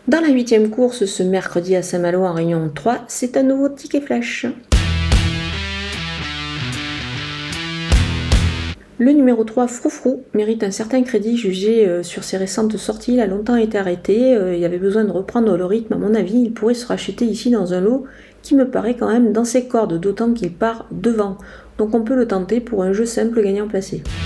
Dans la 8e course, ce mercredi à Saint-Malo en Réunion 3, c'est un nouveau ticket flash. Le numéro 3, Froufrou, mérite un certain crédit jugé sur ses récentes sorties. Il a longtemps été arrêté, il avait besoin de reprendre le rythme. À mon avis, il pourrait se racheter ici dans un lot qui me paraît quand même dans ses cordes, d'autant qu'il part devant. Donc on peut le tenter pour un jeu simple gagnant placé.